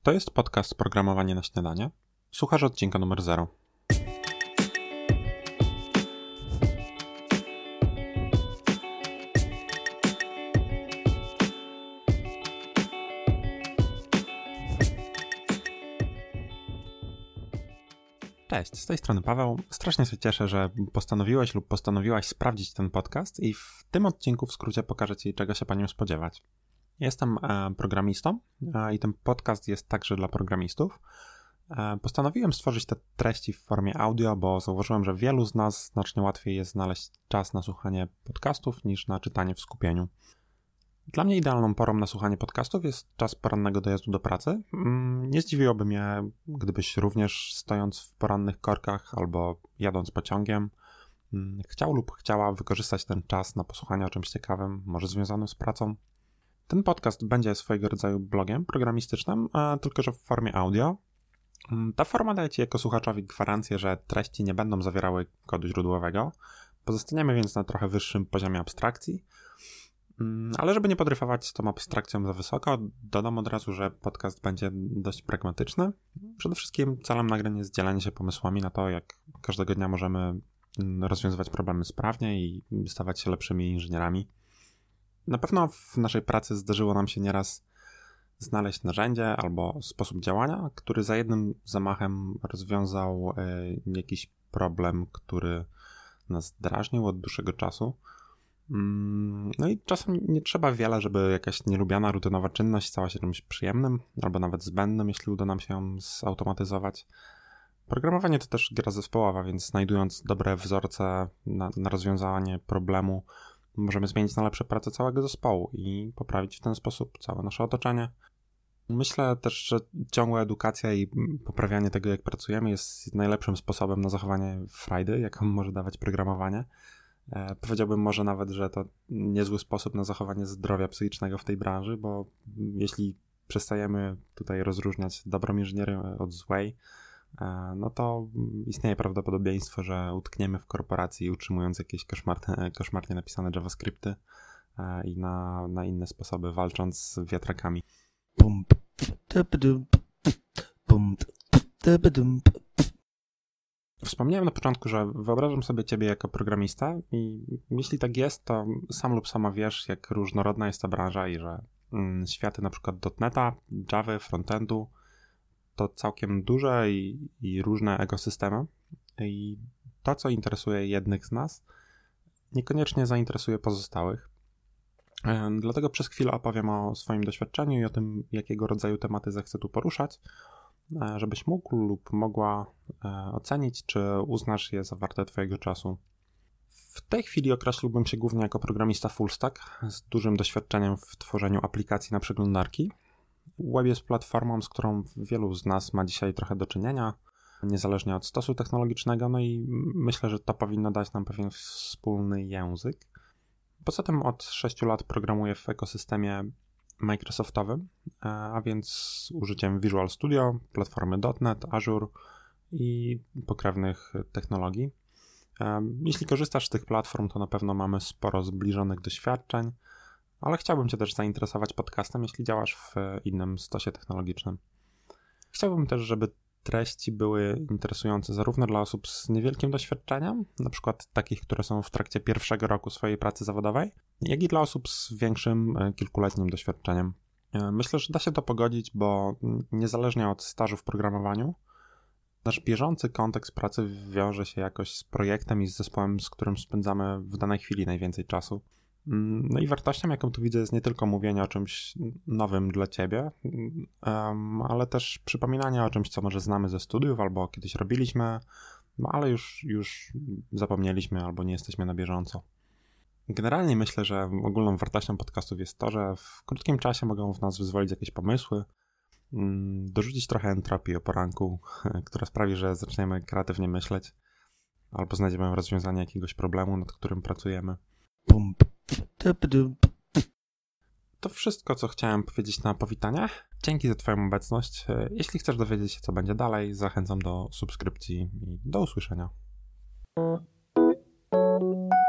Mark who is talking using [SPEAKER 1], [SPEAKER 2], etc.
[SPEAKER 1] To jest podcast Programowanie na śniadanie. Słuchasz odcinka numer 0. Cześć, z tej strony Paweł. Strasznie się cieszę, że postanowiłeś lub postanowiłaś sprawdzić ten podcast i w tym odcinku w skrócie pokażę Ci, czego się po nim spodziewać. Jestem programistą i ten podcast jest także dla programistów. Postanowiłem stworzyć te treści w formie audio, bo zauważyłem, że wielu z nas znacznie łatwiej jest znaleźć czas na słuchanie podcastów niż na czytanie w skupieniu. Dla mnie idealną porą na słuchanie podcastów jest czas porannego dojazdu do pracy. Nie zdziwiłoby mnie, gdybyś również stojąc w porannych korkach albo jadąc pociągiem chciał lub chciała wykorzystać ten czas na posłuchanie o czymś ciekawym, może związanym z pracą. Ten podcast będzie swojego rodzaju blogiem programistycznym, tylko że w formie audio. Ta forma daje Ci jako słuchaczowi gwarancję, że treści nie będą zawierały kodu źródłowego. Pozostaniemy więc na trochę wyższym poziomie abstrakcji. Ale żeby nie podryfować z tą abstrakcją za wysoko, dodam od razu, że podcast będzie dość pragmatyczny. Przede wszystkim celem nagrania jest dzielenie się pomysłami na to, jak każdego dnia możemy rozwiązywać problemy sprawnie i stawać się lepszymi inżynierami. Na pewno w naszej pracy zdarzyło nam się nieraz znaleźć narzędzie albo sposób działania, który za jednym zamachem rozwiązał jakiś problem, który nas drażnił od dłuższego czasu. No i czasem nie trzeba wiele, żeby jakaś nielubiana, rutynowa czynność stała się czymś przyjemnym albo nawet zbędnym, jeśli uda nam się ją zautomatyzować. Programowanie to też gra zespołowa, więc znajdując dobre wzorce na rozwiązanie problemu, możemy zmienić na lepsze pracę całego zespołu i poprawić w ten sposób całe nasze otoczenie. Myślę też, że ciągła edukacja i poprawianie tego, jak pracujemy, jest najlepszym sposobem na zachowanie frajdy, jaką może dawać programowanie. Powiedziałbym może nawet, że to niezły sposób na zachowanie zdrowia psychicznego w tej branży, bo jeśli przestajemy tutaj rozróżniać dobrą inżynierię od złej, no to istnieje prawdopodobieństwo, że utkniemy w korporacji utrzymując jakieś koszmarnie napisane JavaScripty i na inne sposoby walcząc z wiatrakami. Wspomniałem na początku, że wyobrażam sobie Ciebie jako programistę i jeśli tak jest, to sam lub sama wiesz, jak różnorodna jest ta branża i że światy na przykład .NETA, Java, frontendu to całkiem duże i różne ekosystemy i to, co interesuje jednych z nas, niekoniecznie zainteresuje pozostałych. Dlatego przez chwilę opowiem o swoim doświadczeniu i o tym, jakiego rodzaju tematy zechcę tu poruszać, żebyś mógł lub mogła ocenić, czy uznasz je za warte Twojego czasu. W tej chwili określiłbym się głównie jako programista full stack z dużym doświadczeniem w tworzeniu aplikacji na przeglądarki. Web jest platformą, z którą wielu z nas ma dzisiaj trochę do czynienia, niezależnie od stosu technologicznego, no i myślę, że to powinno dać nam pewien wspólny język. Poza tym od 6 lat programuję w ekosystemie Microsoftowym, a więc z użyciem Visual Studio, platformy .NET, Azure i pokrewnych technologii. Jeśli korzystasz z tych platform, to na pewno mamy sporo zbliżonych doświadczeń, ale chciałbym Cię też zainteresować podcastem, jeśli działasz w innym stosie technologicznym. Chciałbym też, żeby treści były interesujące zarówno dla osób z niewielkim doświadczeniem, na przykład takich, które są w trakcie pierwszego roku swojej pracy zawodowej, jak i dla osób z większym, kilkuletnim doświadczeniem. Myślę, że da się to pogodzić, bo niezależnie od stażu w programowaniu, nasz bieżący kontekst pracy wiąże się jakoś z projektem i z zespołem, z którym spędzamy w danej chwili najwięcej czasu. No i wartością, jaką tu widzę, jest nie tylko mówienie o czymś nowym dla Ciebie, ale też przypominanie o czymś, co może znamy ze studiów albo kiedyś robiliśmy, ale już zapomnieliśmy albo nie jesteśmy na bieżąco. Generalnie myślę, że ogólną wartością podcastów jest to, że w krótkim czasie mogą w nas wyzwolić jakieś pomysły, dorzucić trochę entropii o poranku, która sprawi, że zaczniemy kreatywnie myśleć albo znajdziemy rozwiązanie jakiegoś problemu, nad którym pracujemy. To wszystko, co chciałem powiedzieć na powitanie. Dzięki za Twoją obecność. Jeśli chcesz dowiedzieć się, co będzie dalej, zachęcam do subskrypcji i do usłyszenia.